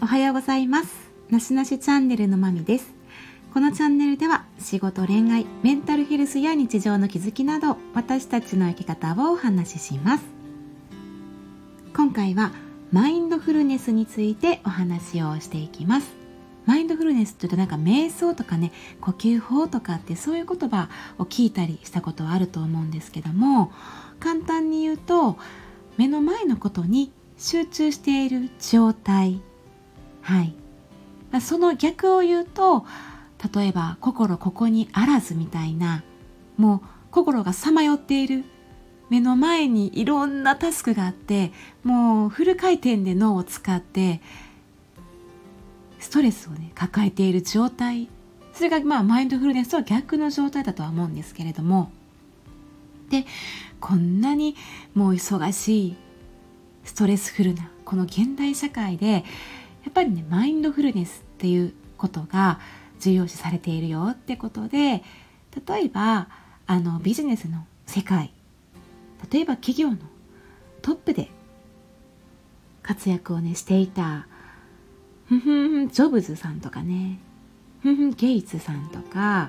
おはようございます。なしなしチャンネルのまみです。このチャンネルでは仕事、恋愛、メンタルヘルスや日常の気づきなど私たちの生き方をお話しします。今回はマインドフルネスについてお話をしていきます。マインドフルネスというと瞑想とかね、呼吸法とかってそういう言葉を聞いたりしたことはあると思うんですけども、簡単に言うと目の前のことに集中している状態、その逆を言うと、例えば心ここにあらずみたいな、もう心がさまよっている、目の前にいろんなタスクがあって、もうフル回転で脳を使ってストレスを抱えている状態、それがマインドフルネスとは逆の状態だとは思うんですけれども、でこんなにもう忙しいストレスフルなこの現代社会でやっぱりマインドフルネスっていうことが重要視されているよってことで、例えばビジネスの世界、例えば企業のトップで活躍をしていたジョブズさんとかね、ゲイツさんとか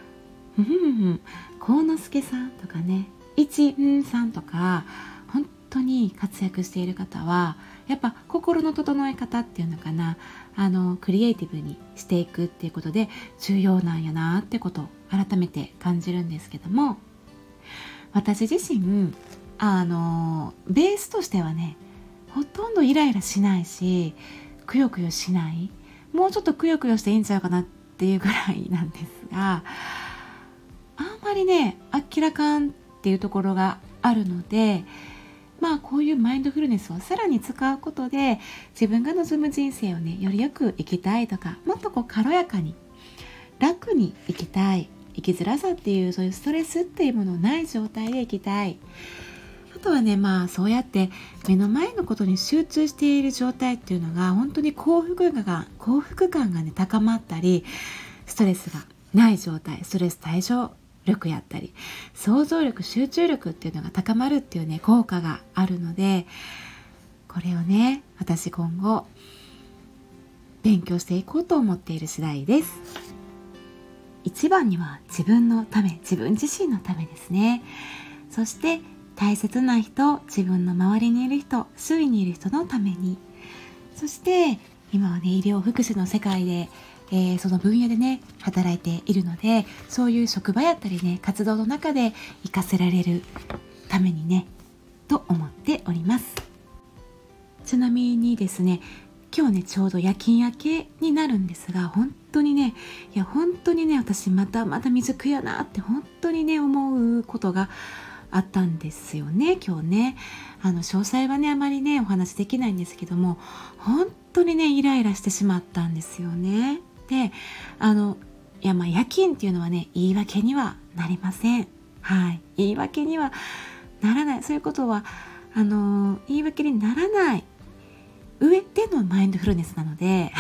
幸之助さんとかね、一さんとか、本当に活躍している方はやっぱ心の整え方っていうのかな、クリエイティブにしていくっていうことで重要なんやなってことを改めて感じるんですけども、私自身ベースとしてはね、ほとんどイライラしないしくよくよしない、もうちょっとくよくよしていいんちゃうかなっていうぐらいなんですが、あんまりあっきらかんっていうところがあるので、こういうマインドフルネスをさらに使うことで自分が望む人生をよりよく生きたいとか、もっと軽やかに楽に生きたい、生きづらさっていうそういうストレスっていうものない状態で生きたい。あとはそうやって目の前のことに集中している状態っていうのが本当に幸福感が高まったり、ストレスがない状態、ストレス対処力やったり想像力、集中力っていうのが高まるっていう効果があるので、これを私今後勉強していこうと思っている次第です。一番には自分のため、自分自身のためですね。そして大切な人、自分の周りにいる人、周囲にいる人のために、そして今は医療福祉の世界でその分野で働いているので、そういう職場やったり活動の中で活かせられるためにと思っております。ちなみにですね、今日ちょうど夜勤明けになるんですが、本当に私またまた未熟やなって本当に思うことがあったんですよね。今日詳細はあまりお話できないんですけども、本当にイライラしてしまったんですよね。で夜勤っていうのは言い訳にはなりません。言い訳にはならない。そういうことは言い訳にならない上でのマインドフルネスなので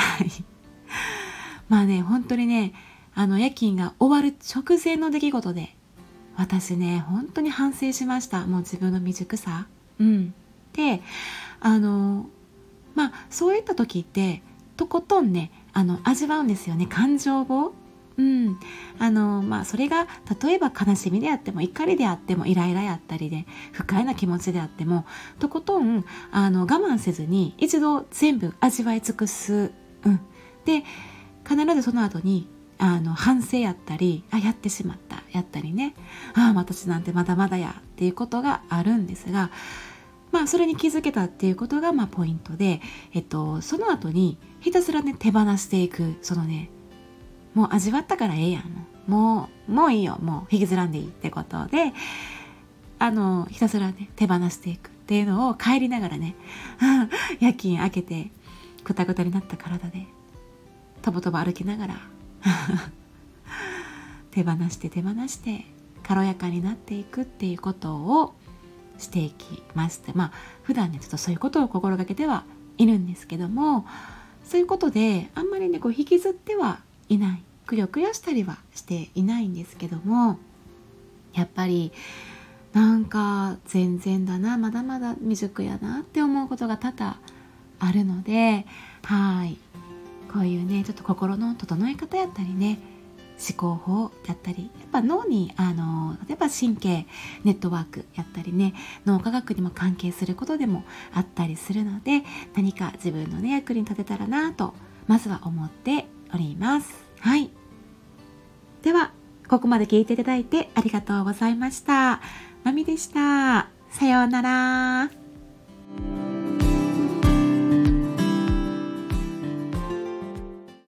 本当に夜勤が終わる直前の出来事で私本当に反省しました。もう自分の未熟さ、でそういった時ってとことん味わうんですよね、感情を。それが例えば悲しみであっても怒りであってもイライラやったりで不快な気持ちであっても、とことん我慢せずに一度全部味わい尽くす、で必ずその後に反省やったり、やってしまったやったり私なんてまだまだやっていうことがあるんですが、それに気づけたっていうことがポイントで、その後にひたすら手放していく、もう味わったからええやん、もういいよ、もう引きずらんでいいってことでひたすら手放していくっていうのを帰りながら夜勤明けてくたくたになった体でとぼとぼ歩きながら手放して軽やかになっていくっていうことをしていきまして、普段ちょっとそういうことを心がけてはいるんですけども、そういうことであんまり引きずってはいない、くよくよしたりはしていないんですけども、やっぱり全然だな、まだまだ未熟やなって思うことが多々 あるので、こういうねちょっと心の整え方やったりね、思考法やったり、やっぱ脳に例えば神経ネットワークやったりね、脳科学にも関係することでもあったりするので、何か自分のね役に立てたらなとまずは思っております。ではここまで聞いていただいてありがとうございました。まみでした。さようなら。